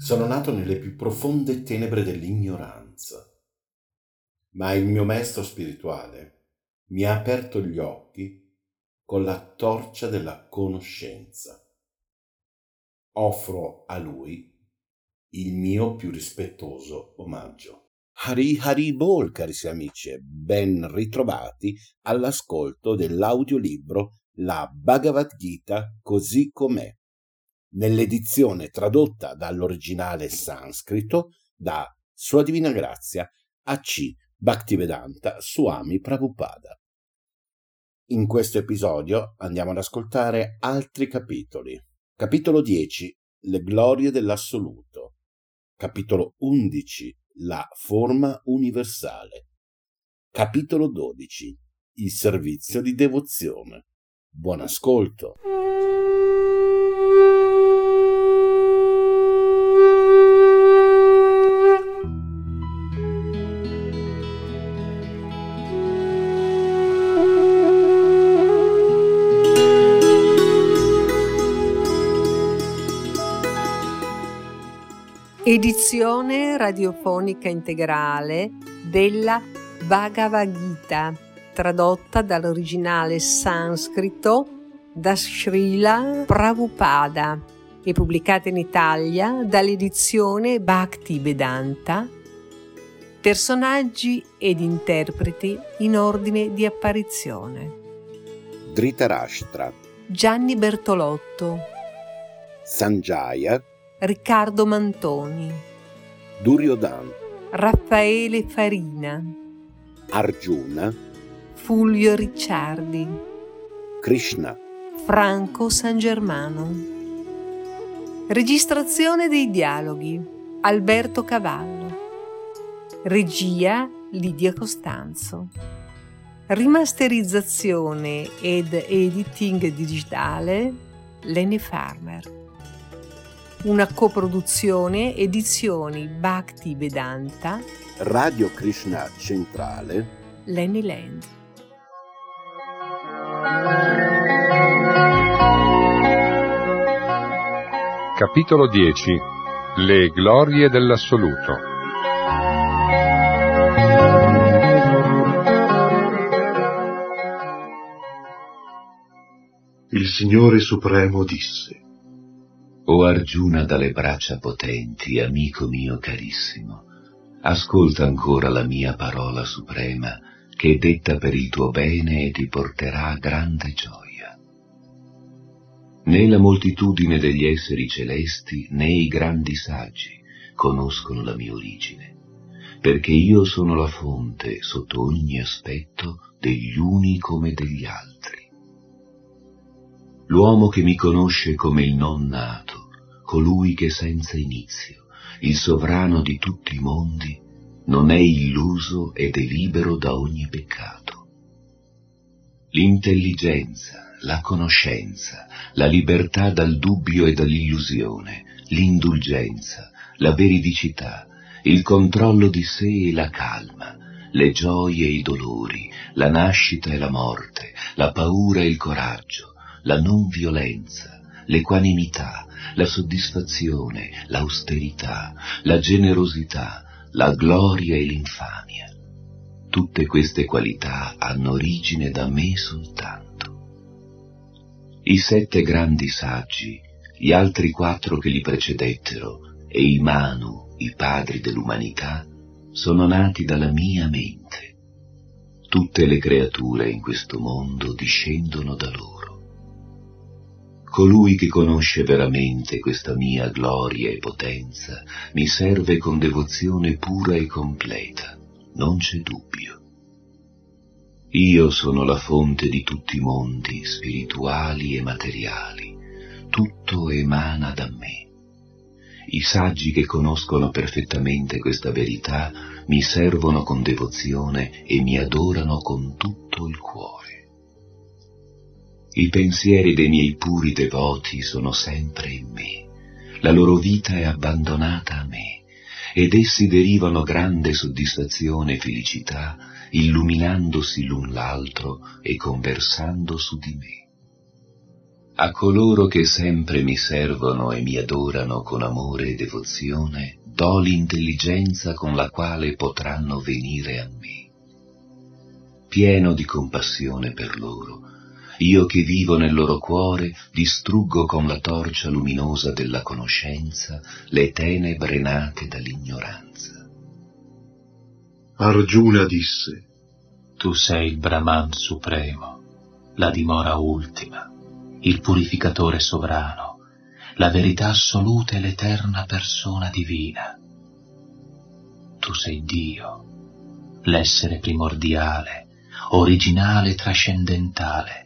Sono nato nelle più profonde tenebre dell'ignoranza, ma il mio maestro spirituale mi ha aperto gli occhi con la torcia della conoscenza. Offro a lui il mio più rispettoso omaggio. Hari Hari Bol, carissimi amici, e ben ritrovati all'ascolto dell'audiolibro La Bhagavad Gita così com'è, nell'edizione tradotta dall'originale sanscrito da Sua Divina Grazia A.C. Bhaktivedanta Swami Prabhupada. In questo episodio andiamo ad ascoltare altri capitoli. Capitolo 10, Le glorie dell'assoluto. Capitolo 11, La forma universale. Capitolo 12, Il servizio di devozione. Buon ascolto. Edizione radiofonica integrale della Bhagavad Gita, tradotta dall'originale sanscrito da Srila Prabhupada e pubblicata in Italia dall'edizione Bhaktivedanta. Personaggi ed interpreti in ordine di apparizione: Dhritarashtra, Gianni Bertolotto, Sanjaya, Riccardo Mantoni, Duryodhana, Raffaele Farina, Arjuna, Fulvio Ricciardi, Krishna, Franco San Germano. Registrazione dei dialoghi: Alberto Cavallo. Regia: Lidia Costanzo. Rimasterizzazione ed editing digitale: Lenny Farmer. Una coproduzione Edizioni Bhaktivedanta, Radio Krishna Centrale, Lenny Land. Capitolo 10. Le glorie dell'assoluto. Il Signore Supremo disse: O Arjuna dalle braccia potenti, amico mio carissimo, ascolta ancora la mia parola suprema, che è detta per il tuo bene e ti porterà grande gioia. Né la moltitudine degli esseri celesti, né i grandi saggi conoscono la mia origine, perché io sono la fonte, sotto ogni aspetto, degli uni come degli altri. L'uomo che mi conosce come il non nato, colui che senza inizio, il sovrano di tutti i mondi, non è illuso ed è libero da ogni peccato. L'intelligenza, la conoscenza, la libertà dal dubbio e dall'illusione, l'indulgenza, la veridicità, il controllo di sé e la calma, le gioie e i dolori, la nascita e la morte, la paura e il coraggio, la non violenza, l'equanimità, la soddisfazione, l'austerità, la generosità, la gloria e l'infamia. Tutte queste qualità hanno origine da me soltanto. I 7 grandi saggi, gli altri 4 che li precedettero e i Manu, i padri dell'umanità, sono nati dalla mia mente. Tutte le creature in questo mondo discendono da loro. Colui che conosce veramente questa mia gloria e potenza mi serve con devozione pura e completa, non c'è dubbio. Io sono la fonte di tutti i mondi spirituali e materiali, tutto emana da me. I saggi che conoscono perfettamente questa verità mi servono con devozione e mi adorano con tutto il cuore. I pensieri dei miei puri devoti sono sempre in me, la loro vita è abbandonata a me, ed essi derivano grande soddisfazione e felicità, illuminandosi l'un l'altro e conversando su di me. A coloro che sempre mi servono e mi adorano con amore e devozione, do l'intelligenza con la quale potranno venire a me. Pieno di compassione per loro, io che vivo nel loro cuore, distruggo con la torcia luminosa della conoscenza le tenebre nate dall'ignoranza. Arjuna disse: Tu sei il Brahman supremo, la dimora ultima, il purificatore sovrano, la verità assoluta e l'eterna persona divina. Tu sei Dio, l'essere primordiale, originale e trascendentale.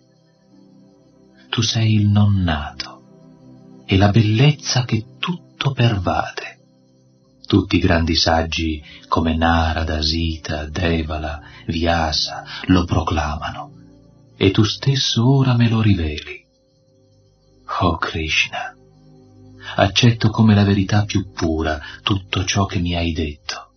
Tu sei il non nato e la bellezza che tutto pervade. Tutti i grandi saggi come Narada, Sita, Devala, Vyasa lo proclamano e tu stesso ora me lo riveli. Oh Krishna, accetto come la verità più pura tutto ciò che mi hai detto.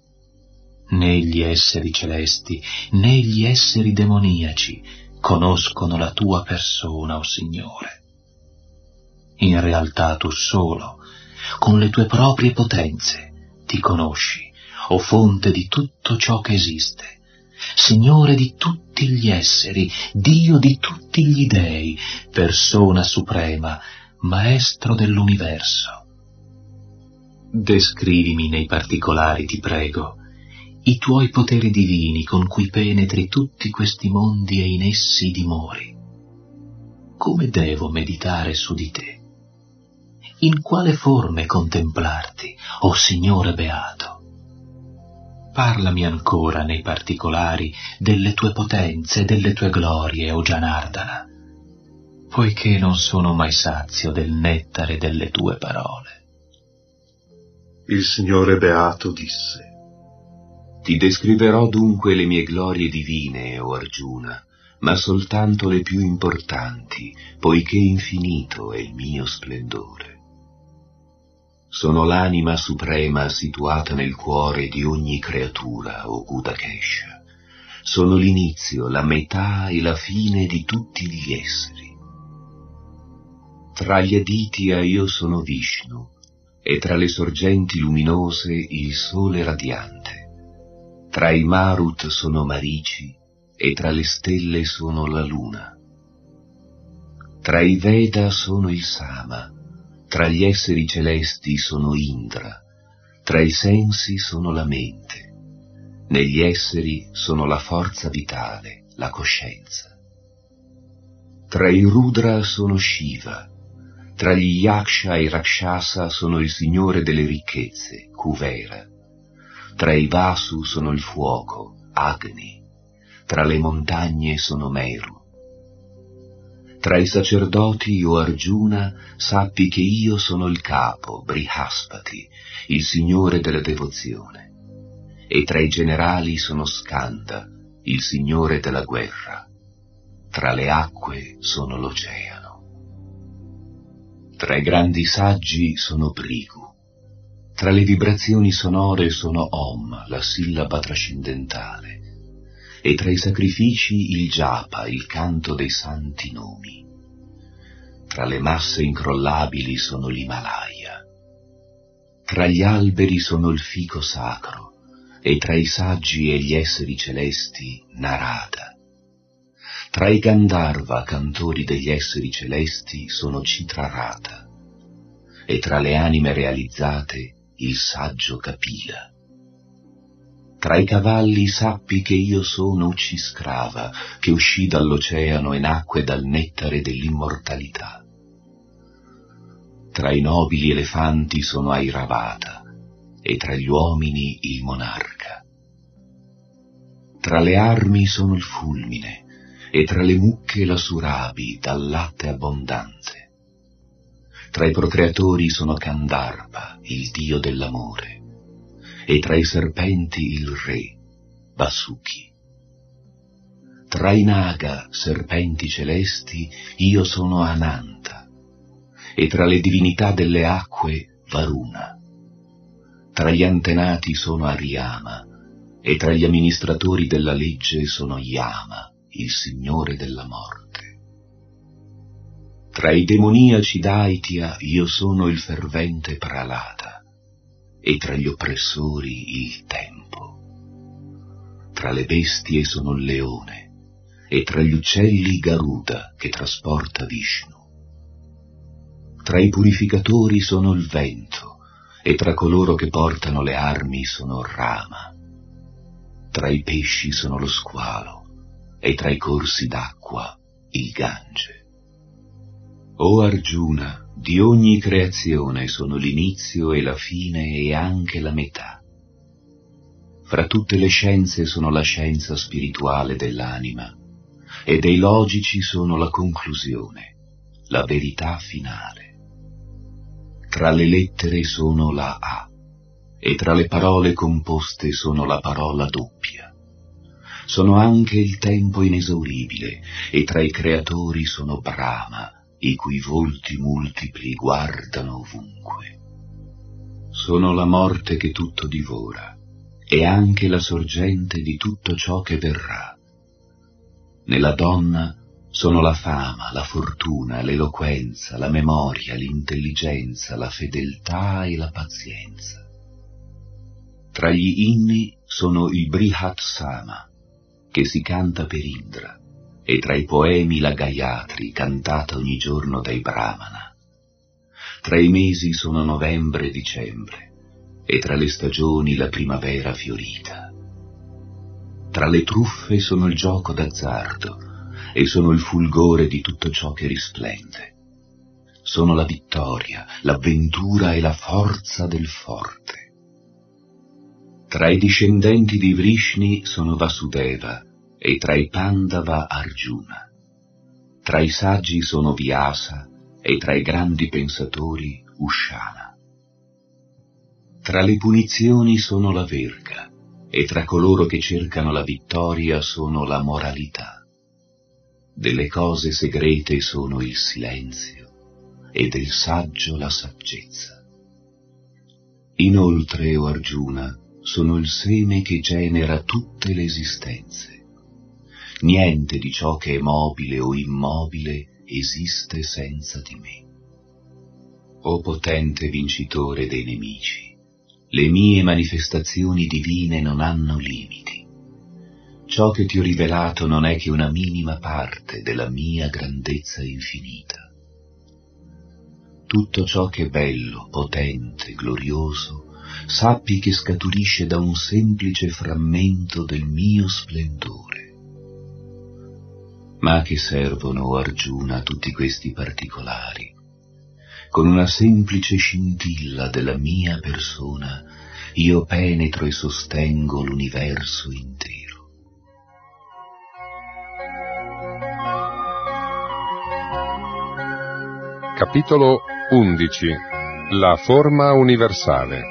Né gli esseri celesti né gli esseri demoniaci conoscono la tua persona, o Signore. In realtà tu solo, con le tue proprie potenze, ti conosci, o fonte di tutto ciò che esiste, Signore di tutti gli esseri, Dio di tutti gli dei, persona suprema, Maestro dell'universo. Descrivimi nei particolari, ti prego, i tuoi poteri divini con cui penetri tutti questi mondi e in essi dimori. Come devo meditare su di te? In quale forme contemplarti, o Signore beato? Parlami ancora nei particolari delle tue potenze e delle tue glorie, o Janardana, poiché non sono mai sazio del nettare delle tue parole. Il Signore beato disse: Ti descriverò dunque le mie glorie divine, o Arjuna, ma soltanto le più importanti, poiché infinito è il mio splendore. Sono l'anima suprema situata nel cuore di ogni creatura, o Gudakesha. Sono l'inizio, la metà e la fine di tutti gli esseri. Tra gli Aditya io sono Vishnu, e tra le sorgenti luminose il sole radiante. Tra i Marut sono Marici, e tra le stelle sono la luna. Tra i Veda sono il Sama, tra gli esseri celesti sono Indra, tra i sensi sono la mente, negli esseri sono la forza vitale, la coscienza. Tra i Rudra sono Shiva, tra gli Yaksha e i Rakshasa sono il Signore delle ricchezze, Kuvera. Tra i Vasu sono il fuoco, Agni, tra le montagne sono Meru. Tra i sacerdoti, o Arjuna, sappi che io sono il capo, Brihaspati, il Signore della devozione. E tra i generali sono Skanda, il Signore della guerra. Tra le acque sono l'oceano. Tra i grandi saggi sono Brigu. Tra le vibrazioni sonore sono Om, la sillaba trascendentale, e tra i sacrifici il Japa, il canto dei santi nomi. Tra le masse incrollabili sono l'Himalaya. Tra gli alberi sono il fico sacro, e tra i saggi e gli esseri celesti Narada. Tra i Gandharva, cantori degli esseri celesti, sono Citrarata, e tra le anime realizzate il saggio Kapila. Tra i cavalli sappi che io sono Ucciskrava, che uscì dall'oceano e nacque dal nettare dell'immortalità. Tra i nobili elefanti sono Airavata, e tra gli uomini il monarca. Tra le armi sono il fulmine, e tra le mucche la Surabi, dal latte abbondante. Tra i procreatori sono Kandharpa, il dio dell'amore, e tra i serpenti il re, Vasuki. Tra i Naga, serpenti celesti, io sono Ananta, e tra le divinità delle acque, Varuna. Tra gli antenati sono Ariama, e tra gli amministratori della legge sono Yama, il Signore della morte. Tra i demoniaci d'Aitia io sono il fervente Pralata, e tra gli oppressori il tempo. Tra le bestie sono il leone, e tra gli uccelli Garuda che trasporta Vishnu. Tra i purificatori sono il vento, e tra coloro che portano le armi sono Rama. Tra i pesci sono lo squalo, e tra i corsi d'acqua il Gange. O Arjuna, di ogni creazione sono l'inizio e la fine e anche la metà. Fra tutte le scienze sono la scienza spirituale dell'anima, e dei logici sono la conclusione, la verità finale. Tra le lettere sono la A, e tra le parole composte sono la parola doppia. Sono anche il tempo inesauribile, e tra i creatori sono Brahma, i cui volti multipli guardano ovunque. Sono la morte che tutto divora, e anche la sorgente di tutto ciò che verrà. Nella donna sono la fama, la fortuna, l'eloquenza, la memoria, l'intelligenza, la fedeltà e la pazienza. Tra gli inni sono il Brihat Sama, che si canta per Indra, e tra i poemi la Gayatri, cantata ogni giorno dai Brahmana. Tra i mesi sono novembre e dicembre, e tra le stagioni la primavera fiorita. Tra le truffe sono il gioco d'azzardo, e sono il fulgore di tutto ciò che risplende. Sono la vittoria, l'avventura e la forza del forte. Tra i discendenti di Vrishni sono Vasudeva, e tra i Pandava Arjuna. Tra i saggi sono Vyasa, e tra i grandi pensatori Ushana. Tra le punizioni sono la verga, e tra coloro che cercano la vittoria sono la moralità. Delle cose segrete sono il silenzio, e del saggio la saggezza. Inoltre, o Arjuna, sono il seme che genera tutte le esistenze. Niente di ciò che è mobile o immobile esiste senza di me. O potente vincitore dei nemici, le mie manifestazioni divine non hanno limiti. Ciò che ti ho rivelato non è che una minima parte della mia grandezza infinita. Tutto ciò che è bello, potente, glorioso, sappi che scaturisce da un semplice frammento del mio splendore. Ma a che servono, o Arjuna, tutti questi particolari? Con una semplice scintilla della mia persona io penetro e sostengo l'universo intero. Capitolo 11. La forma universale.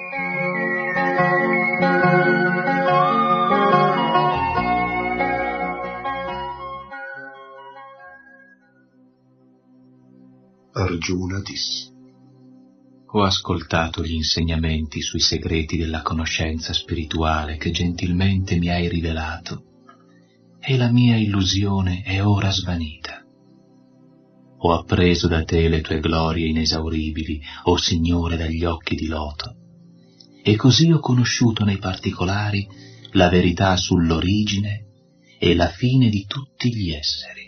Arjuna disse: Ho ascoltato gli insegnamenti sui segreti della conoscenza spirituale che gentilmente mi hai rivelato, e la mia illusione è ora svanita. Ho appreso da te le tue glorie inesauribili, o Signore dagli occhi di loto, e così ho conosciuto nei particolari la verità sull'origine e la fine di tutti gli esseri.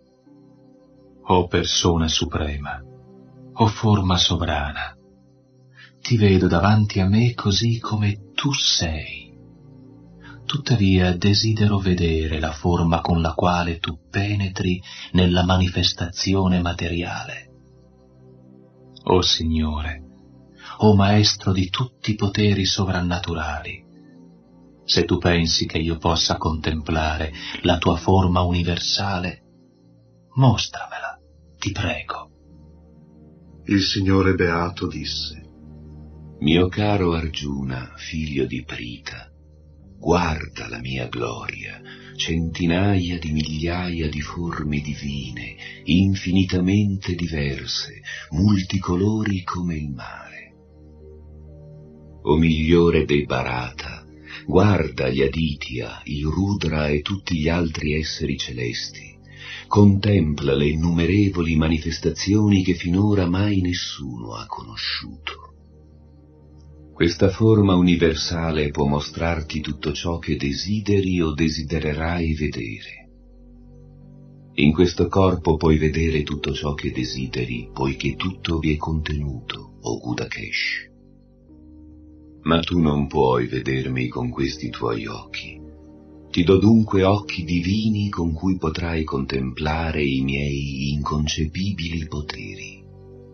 O persona suprema, o forma sovrana, ti vedo davanti a me così come tu sei. Tuttavia desidero vedere la forma con la quale tu penetri nella manifestazione materiale. O Signore, o Maestro di tutti i poteri sovrannaturali, se tu pensi che io possa contemplare la tua forma universale, mostramela, ti prego. Il Signore Beato disse: Mio caro Arjuna, figlio di Prita, guarda la mia gloria, centinaia di migliaia di forme divine, infinitamente diverse, multicolori come il mare. O migliore dei Bharata, guarda gli Aditya, il Rudra e tutti gli altri esseri celesti, contempla le innumerevoli manifestazioni che finora mai nessuno ha conosciuto. Questa forma universale può mostrarti tutto ciò che desideri o desidererai vedere. In questo corpo puoi vedere tutto ciò che desideri, poiché tutto vi è contenuto, o Gudakesh. Ma tu non puoi vedermi con questi tuoi occhi. Ti do dunque occhi divini con cui potrai contemplare i miei inconcepibili poteri.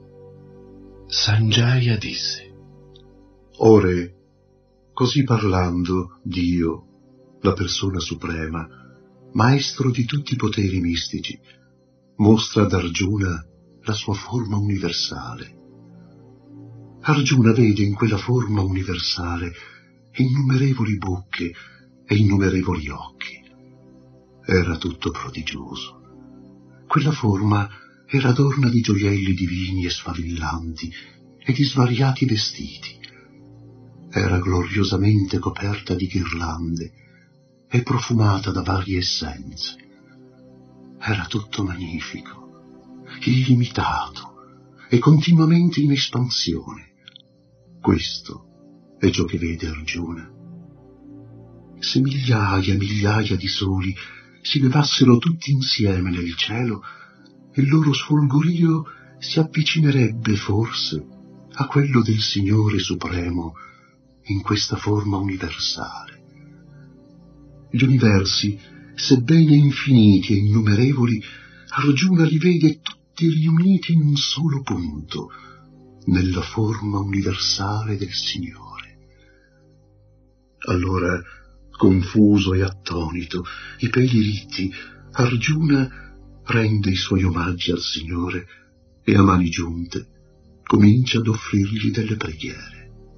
Sanjaya disse: Ore, così parlando, Dio, la persona suprema, maestro di tutti i poteri mistici, mostra ad Arjuna la sua forma universale. Arjuna vede in quella forma universale innumerevoli bocche e innumerevoli occhi. Era tutto prodigioso. Quella forma era adorna di gioielli divini e sfavillanti e di svariati vestiti. Era gloriosamente coperta di ghirlande e profumata da varie essenze. Era tutto magnifico, illimitato e continuamente in espansione. Questo è ciò che vede Arjuna. Se migliaia e migliaia di soli si levassero tutti insieme nel cielo, il loro sfolgorio si avvicinerebbe forse a quello del Signore Supremo in questa forma universale. Gli universi, sebbene infiniti e innumerevoli, Arjuna li vede tutti riuniti in un solo punto, nella forma universale del Signore. Allora, confuso e attonito, i peli ritti, Arjuna rende i suoi omaggi al Signore e a mani giunte comincia ad offrirgli delle preghiere.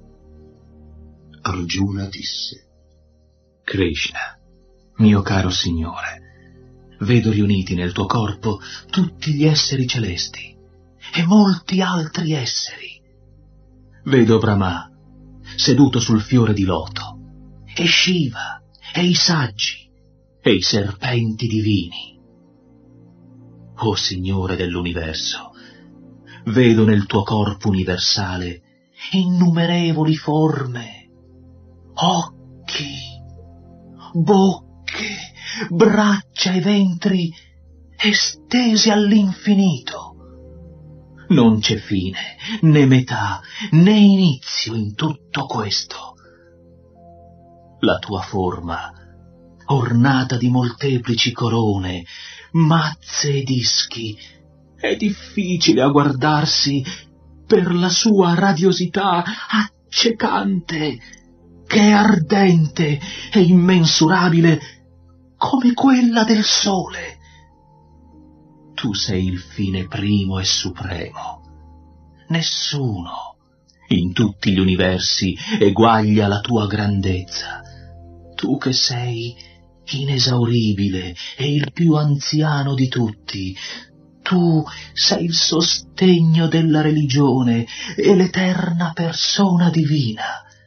Arjuna disse: Krishna, mio caro Signore, vedo riuniti nel tuo corpo tutti gli esseri celesti e molti altri esseri. Vedo Brahma seduto sul fiore di loto, e Shiva, e i saggi, e i serpenti divini. O Signore dell'universo, vedo nel tuo corpo universale innumerevoli forme, occhi, bocche, braccia e ventri estesi all'infinito. Non c'è fine, né metà, né inizio in tutto questo. La tua forma, ornata di molteplici corone, mazze e dischi, è difficile a guardarsi per la sua radiosità accecante, che è ardente e immensurabile come quella del sole. Tu sei il fine primo e supremo. Nessuno in tutti gli universi eguaglia la tua grandezza. Tu che sei inesauribile e il più anziano di tutti, tu sei il sostegno della religione e l'eterna persona divina.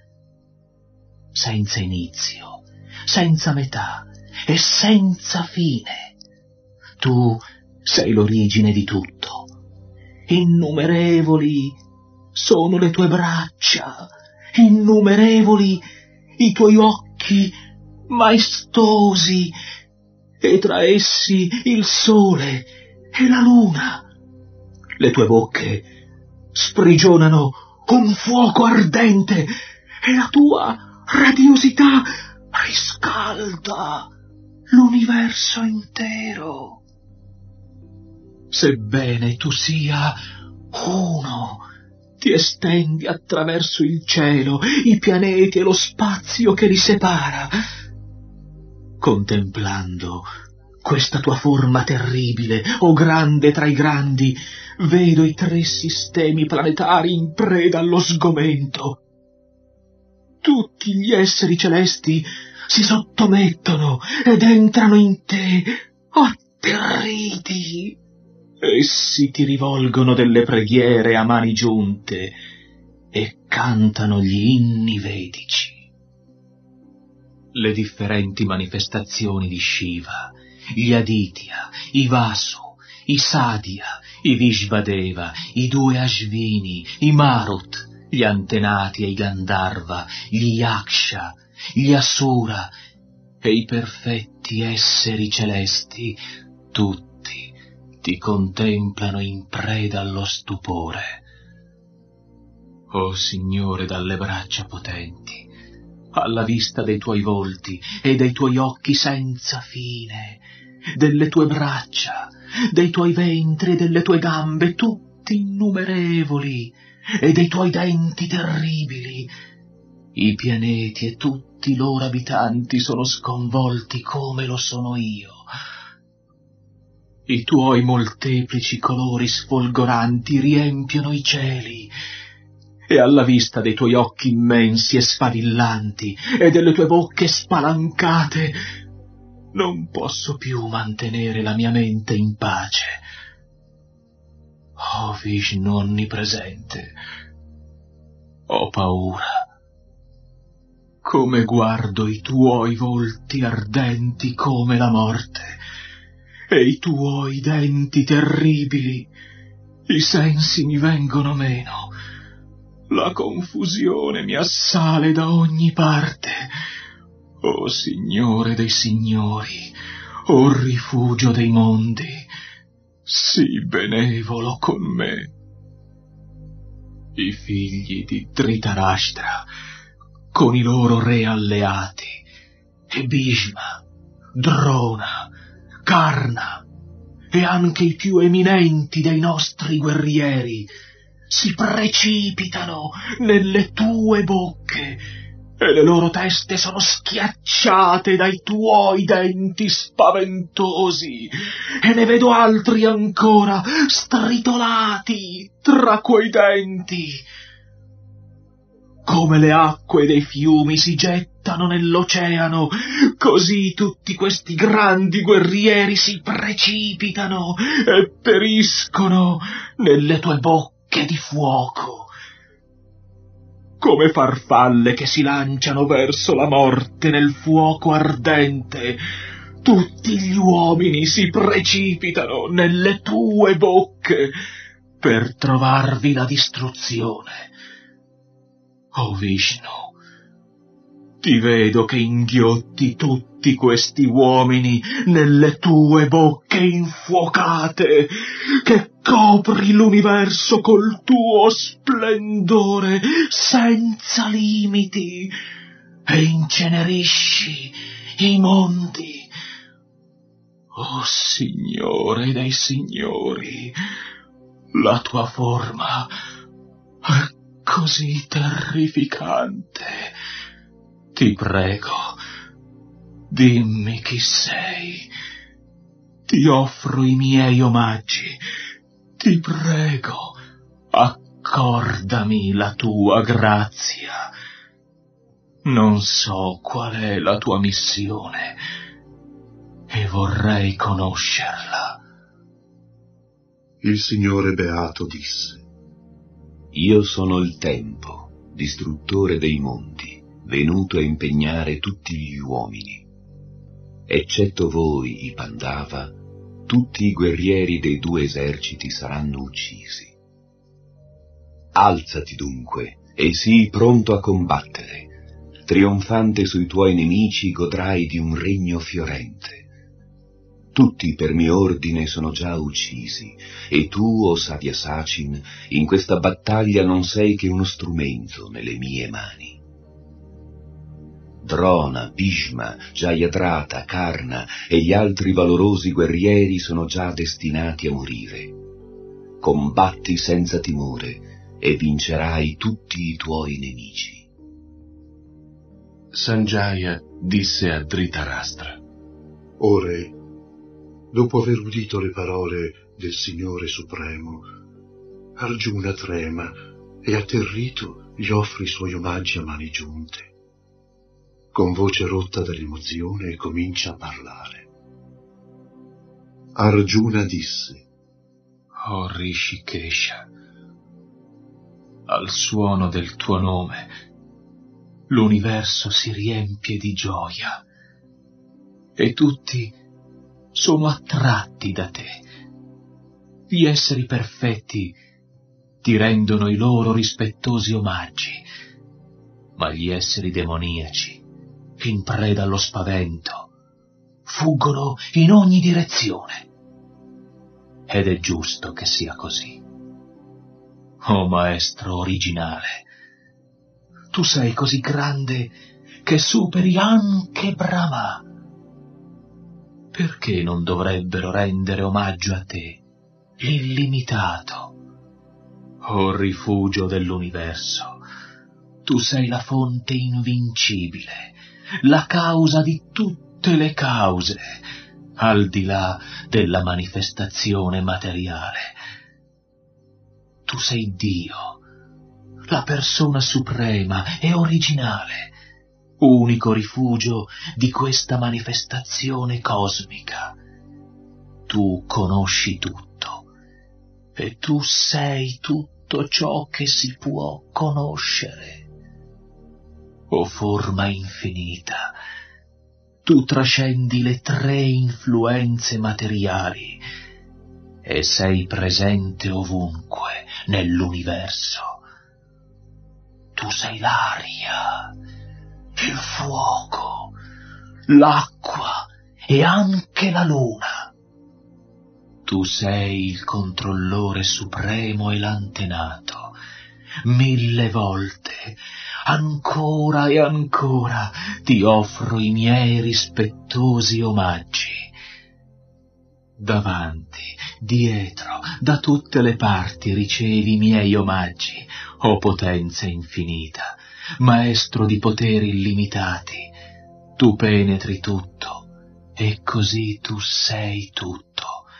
Senza inizio, senza metà e senza fine, tu sei l'origine di tutto. Innumerevoli sono le tue braccia, innumerevoli i tuoi occhi maestosi, e tra essi il sole e la luna. Le tue bocche sprigionano un fuoco ardente e la tua radiosità riscalda l'universo intero. Sebbene tu sia uno, ti estendi attraverso il cielo, i pianeti e lo spazio che li separa. Contemplando questa tua forma terribile, o grande tra i grandi, vedo i 3 sistemi planetari in preda allo sgomento. Tutti gli esseri celesti si sottomettono ed entrano in te atterriti. Essi ti rivolgono delle preghiere a mani giunte e cantano gli inni vedici. Le differenti manifestazioni di Shiva gli Aditya, i Vasu, i Sadhya, i Vishvadeva, i 2 Ashvini, i Marut, gli antenati e i Gandharva, gli Yaksha, gli Asura e i perfetti esseri celesti, tutti ti contemplano in preda allo stupore. O Signore dalle braccia potenti, alla vista dei tuoi volti e dei tuoi occhi senza fine, delle tue braccia, dei tuoi ventri e delle tue gambe tutti innumerevoli e dei tuoi denti terribili, i pianeti e tutti i loro abitanti sono sconvolti come lo sono io. I tuoi molteplici colori sfolgoranti riempiono i cieli, e alla vista dei tuoi occhi immensi e sfavillanti e delle tue bocche spalancate non posso più mantenere la mia mente in pace. Oh Vishnu onnipresente, ho paura. Come guardo i tuoi volti ardenti come la morte e i tuoi denti terribili, i sensi mi vengono meno. La confusione mi assale da ogni parte. O Signore dei signori, o rifugio dei mondi, sii benevolo con me. I figli di Dhritarashtra, con i loro re alleati, e Bhishma, Drona, Karna, e anche i più eminenti dei nostri guerrieri, si precipitano nelle tue bocche e le loro teste sono schiacciate dai tuoi denti spaventosi, e ne vedo altri ancora stritolati tra quei denti. Come le acque dei fiumi si gettano nell'oceano, così tutti questi grandi guerrieri si precipitano e periscono nelle tue bocche di fuoco, come farfalle che si lanciano verso la morte nel fuoco ardente. Tutti gli uomini si precipitano nelle tue bocche per trovarvi la distruzione. O Vishnu, ti vedo che inghiotti tutti questi uomini nelle tue bocche infuocate, che copri l'universo col tuo splendore senza limiti e incenerisci i mondi. O Signore dei signori, la tua forma è così terrificante. Ti prego, dimmi chi sei. Ti offro i miei omaggi. Ti prego, accordami la tua grazia. Non so qual è la tua missione e vorrei conoscerla. Il Signore Beato disse: Io sono il tempo, distruttore dei mondi, venuto a impegnare tutti gli uomini. Eccetto voi, i Pandava, tutti i guerrieri dei 2 eserciti saranno uccisi. Alzati dunque e sii pronto a combattere. Trionfante sui tuoi nemici godrai di un regno fiorente. Tutti per mio ordine sono già uccisi, e tu, o Savyasachin, in questa battaglia non sei che uno strumento nelle mie mani. Drona, Bhishma, Jayadratha, Karna e gli altri valorosi guerrieri sono già destinati a morire. Combatti senza timore e vincerai tutti i tuoi nemici. Sanjaya disse a Dhritarashtra: O re, dopo aver udito le parole del Signore Supremo, Arjuna trema e atterrito gli offre i suoi omaggi a mani giunte. Con voce rotta dall'emozione comincia a parlare. Arjuna disse: O Rishikesha, al suono del tuo nome l'universo si riempie di gioia e tutti sono attratti da te. Gli esseri perfetti ti rendono i loro rispettosi omaggi, ma gli esseri demoniaci, in preda allo spavento, fuggono in ogni direzione. Ed è giusto che sia così. O maestro originale, tu sei così grande che superi anche Brahma. Perché non dovrebbero rendere omaggio a te, l'illimitato? O rifugio dell'universo, tu sei la fonte invincibile, la causa di tutte le cause, al di là della manifestazione materiale. Tu sei Dio, la persona suprema e originale, unico rifugio di questa manifestazione cosmica. Tu conosci tutto, e tu sei tutto ciò che si può conoscere. O forma infinita, tu trascendi le 3 influenze materiali e sei presente ovunque nell'universo. Tu sei l'aria, il fuoco, l'acqua e anche la luna. Tu sei il controllore supremo e l'antenato. 1000 volte, ancora e ancora, ti offro i miei rispettosi omaggi. Davanti, dietro, da tutte le parti ricevi i miei omaggi, o potenza infinita, maestro di poteri illimitati. Tu penetri tutto, e così tu sei tutto.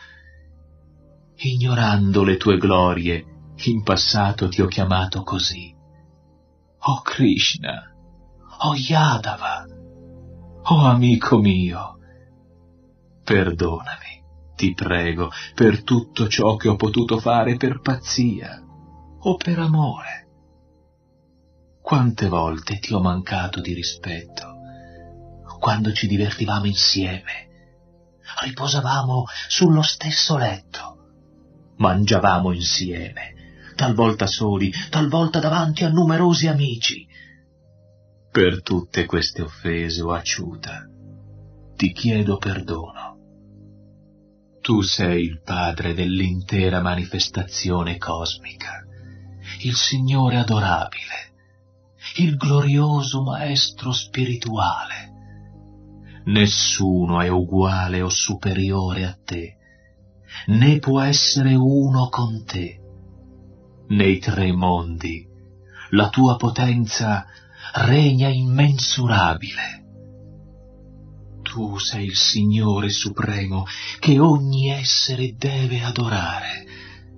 Ignorando le tue glorie, in passato ti ho chiamato così. O Krishna, o Yadava, o amico mio, perdonami, ti prego, per tutto ciò che ho potuto fare per pazzia o per amore. Quante volte ti ho mancato di rispetto, quando ci divertivamo insieme, riposavamo sullo stesso letto, mangiavamo insieme, talvolta soli, talvolta davanti a numerosi amici. Per tutte queste offese, o Acciuta, ti chiedo perdono. Tu sei il padre dell'intera manifestazione cosmica, il Signore adorabile, il glorioso maestro spirituale. Nessuno è uguale o superiore a te, né può essere uno con te. Nei 3 mondi la tua potenza regna immensurabile. Tu sei il Signore supremo che ogni essere deve adorare.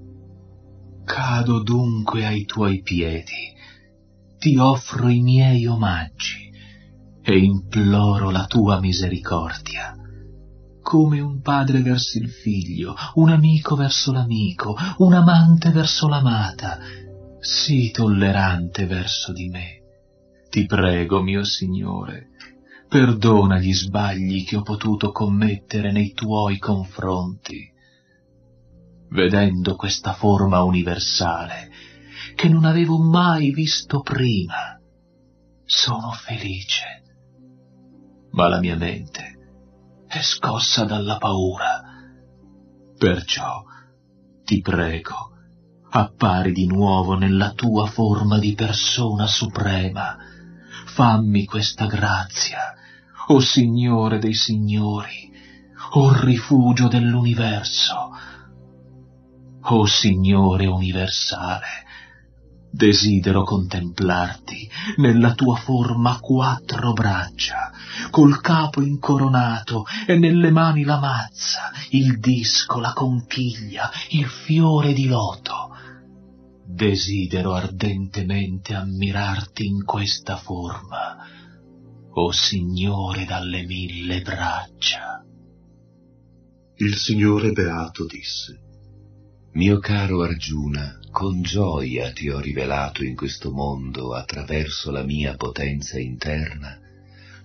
Cado dunque ai tuoi piedi, ti offro i miei omaggi e imploro la tua misericordia. Come un padre verso il figlio, un amico verso l'amico, un amante verso l'amata, sii tollerante verso di me. Ti prego, mio Signore, perdona gli sbagli che ho potuto commettere nei tuoi confronti. Vedendo questa forma universale, che non avevo mai visto prima, sono felice. Ma la mia mente è scossa dalla paura. Perciò ti prego, appari di nuovo nella tua forma di persona suprema. Fammi questa grazia, o Signore dei Signori, o rifugio dell'universo. O Signore universale, desidero contemplarti nella tua forma a 4 braccia, col capo incoronato e nelle mani la mazza, il disco, la conchiglia, il fiore di loto. Desidero ardentemente ammirarti in questa forma, o Signore dalle 1000 braccia. Il Signore Beato disse: Mio caro Arjuna, con gioia ti ho rivelato in questo mondo, attraverso la mia potenza interna,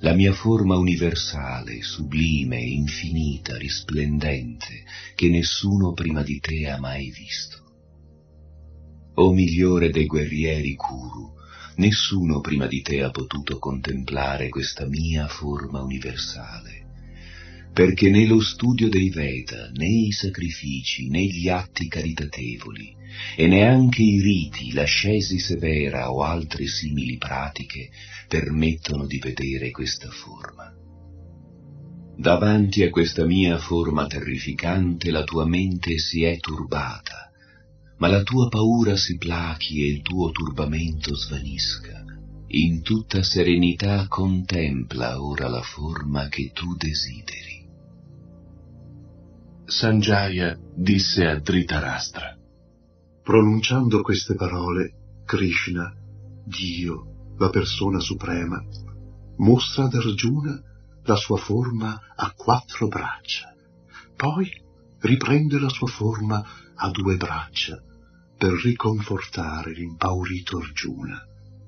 la mia forma universale, sublime, infinita, risplendente, che nessuno prima di te ha mai visto. O migliore dei guerrieri Kuru, nessuno prima di te ha potuto contemplare questa mia forma universale, perché né lo studio dei Veda, né i sacrifici, né gli atti caritatevoli, e neanche i riti, l'ascesi severa o altre simili pratiche permettono di vedere questa forma. Davanti a questa mia forma terrificante la tua mente si è turbata, ma la tua paura si plachi e il tuo turbamento svanisca. In tutta serenità contempla ora la forma che tu desideri. Sanjaya disse a Dhritarashtra: Pronunciando queste parole, Krishna, Dio, la persona suprema, mostra ad Arjuna la sua forma a 4 braccia, poi riprende la sua forma a 2 braccia per riconfortare l'impaurito Arjuna.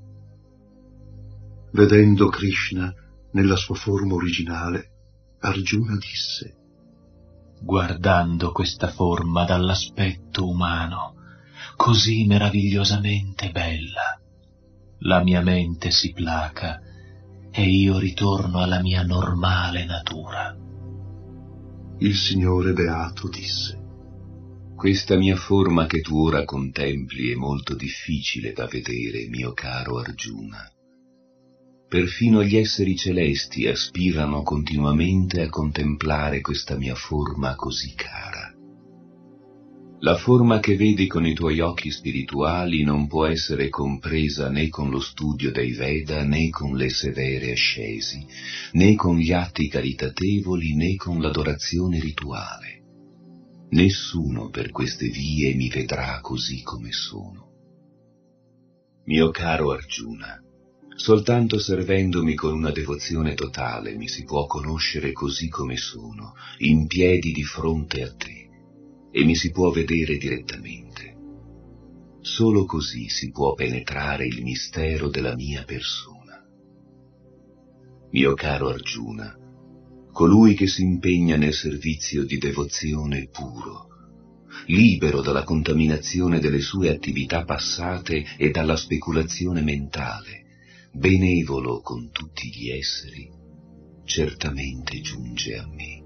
Vedendo Krishna nella sua forma originale, Arjuna disse: guardando questa forma dall'aspetto umano, così meravigliosamente bella, la mia mente si placa e io ritorno alla mia normale natura. Il Signore Beato disse: Questa mia forma che tu ora contempli è molto difficile da vedere, mio caro Arjuna. Perfino gli esseri celesti aspirano continuamente a contemplare questa mia forma così cara. La forma che vedi con i tuoi occhi spirituali non può essere compresa né con lo studio dei Veda, né con le severe ascesi, né con gli atti caritatevoli, né con l'adorazione rituale. Nessuno per queste vie mi vedrà così come sono. Mio caro Arjuna, soltanto servendomi con una devozione totale mi si può conoscere così come sono, in piedi di fronte a te, e mi si può vedere direttamente. Solo così si può penetrare il mistero della mia persona. Mio caro Arjuna, colui che si impegna nel servizio di devozione puro, libero dalla contaminazione delle sue attività passate e dalla speculazione mentale, benevolo con tutti gli esseri, certamente giunge a me.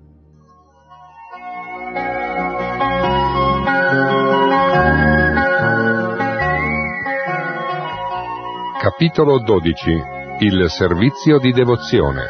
Capitolo 12. Il servizio di devozione.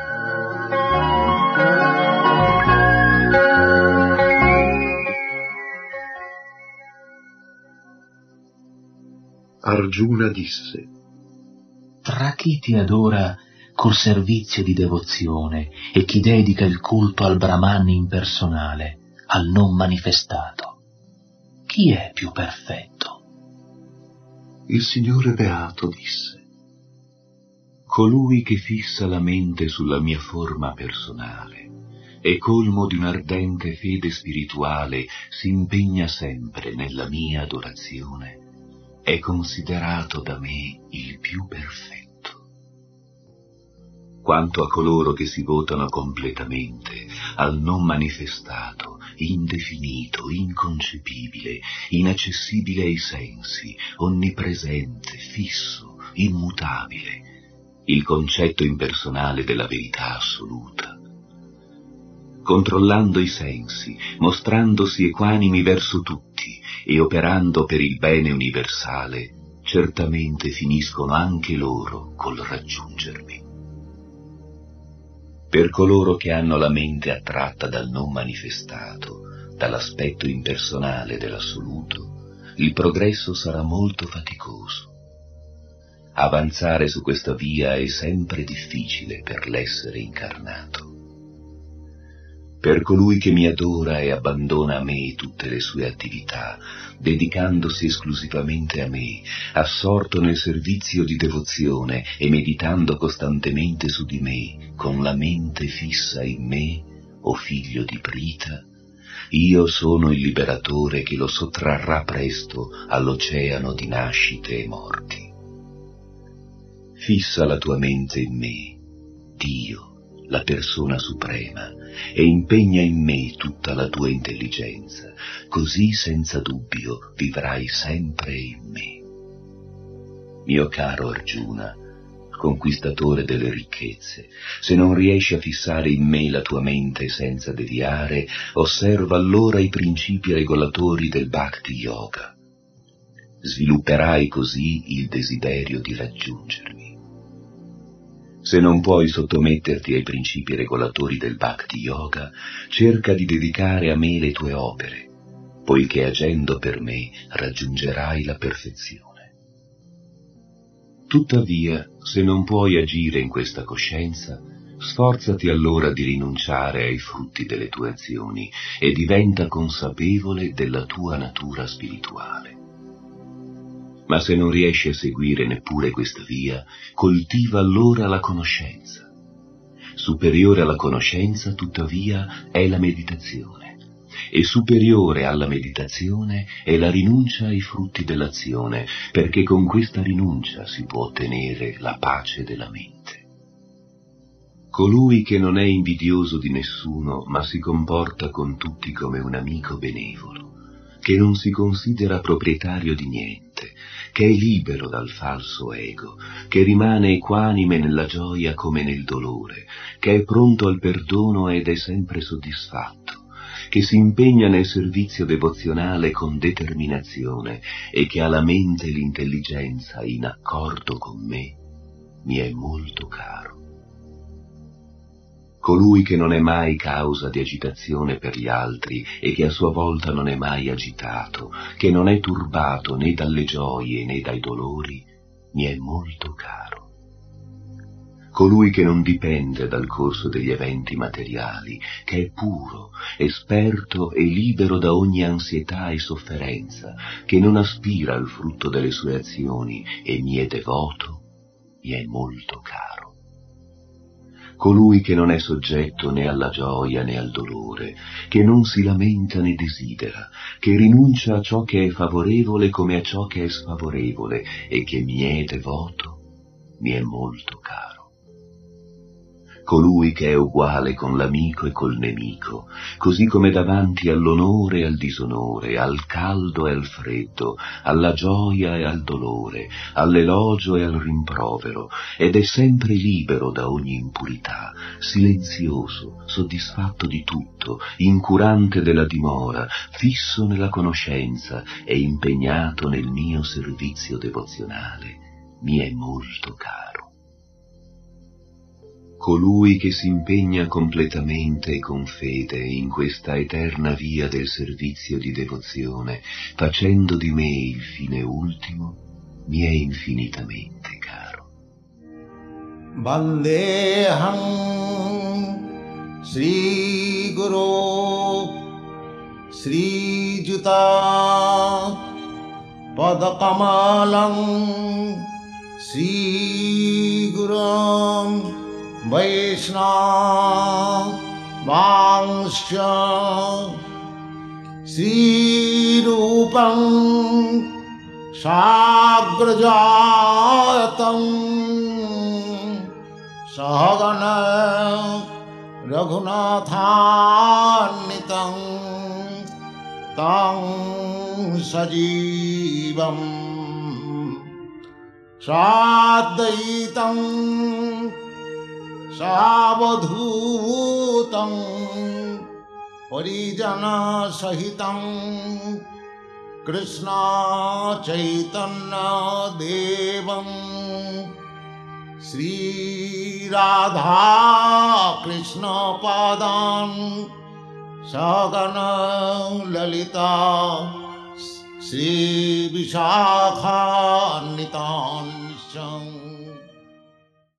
Arjuna disse: Tra chi ti adora col servizio di devozione e chi dedica il culto al Brahman impersonale, al non manifestato, chi è più perfetto? Il Signore Beato disse: Colui che fissa la mente sulla mia forma personale e colmo di un'ardente fede spirituale si impegna sempre nella mia adorazione, è considerato da me il più perfetto. Quanto a coloro che si votano completamente al non manifestato, indefinito, inconcepibile, inaccessibile ai sensi, onnipresente, fisso, immutabile, il concetto impersonale della verità assoluta. Controllando i sensi, mostrandosi equanimi verso tutti e operando per il bene universale, certamente finiscono anche loro col raggiungermi. Per coloro che hanno la mente attratta dal non manifestato, dall'aspetto impersonale dell'assoluto, il progresso sarà molto faticoso. Avanzare su questa via è sempre difficile per l'essere incarnato. Per colui che mi adora e abbandona a me tutte le sue attività, dedicandosi esclusivamente a me, assorto nel servizio di devozione e meditando costantemente su di me, con la mente fissa in me, o figlio di Prita, io sono il liberatore che lo sottrarrà presto all'oceano di nascite e morti. Fissa la tua mente in me, Dio, la persona suprema, e impegna in me tutta la tua intelligenza, così senza dubbio vivrai sempre in me. Mio caro Arjuna, conquistatore delle ricchezze, se non riesci a fissare in me la tua mente senza deviare, osserva allora i principi regolatori del Bhakti Yoga. Svilupperai così il desiderio di raggiungermi. Se non puoi sottometterti ai principi regolatori del Bhakti Yoga, cerca di dedicare a me le tue opere, poiché agendo per me raggiungerai la perfezione. Tuttavia, se non puoi agire in questa coscienza, sforzati allora di rinunciare ai frutti delle tue azioni e diventa consapevole della tua natura spirituale. Ma se non riesci a seguire neppure questa via, coltiva allora la conoscenza. Superiore alla conoscenza, tuttavia, è la meditazione, e superiore alla meditazione è la rinuncia ai frutti dell'azione, perché con questa rinuncia si può ottenere la pace della mente. Colui che non è invidioso di nessuno, ma si comporta con tutti come un amico benevolo, che non si considera proprietario di niente, che è libero dal falso ego, che rimane equanime nella gioia come nel dolore, che è pronto al perdono ed è sempre soddisfatto, che si impegna nel servizio devozionale con determinazione e che ha la mente e l'intelligenza in accordo con me, mi è molto caro. Colui che non è mai causa di agitazione per gli altri e che a sua volta non è mai agitato, che non è turbato né dalle gioie né dai dolori, mi è molto caro. Colui che non dipende dal corso degli eventi materiali, che è puro, esperto e libero da ogni ansietà e sofferenza, che non aspira al frutto delle sue azioni e mi è devoto, mi è molto caro. Colui che non è soggetto né alla gioia né al dolore, che non si lamenta né desidera, che rinuncia a ciò che è favorevole come a ciò che è sfavorevole e che mi è devoto, mi è molto caro. Colui che è uguale con l'amico e col nemico, così come davanti all'onore e al disonore, al caldo e al freddo, alla gioia e al dolore, all'elogio e al rimprovero, ed è sempre libero da ogni impurità, silenzioso, soddisfatto di tutto, incurante della dimora, fisso nella conoscenza e impegnato nel mio servizio devozionale, mi è molto caro. Colui che si impegna completamente e con fede in questa eterna via del servizio di devozione, facendo di me il fine ultimo, mi è infinitamente caro. Vandeham Sri Guru Sri Juta Padakamalam Sri Gurum Vaishnava Vangsha Sri Rupam Sagrajatam Sahagana Raghunathannitam Tam Sajivam Sadaitam Savadhutam Parijana Sahitam Krishna Chaitanya Devam Sri Radha Krishna Padan Sagana Lalita Sri Vishakha Nitan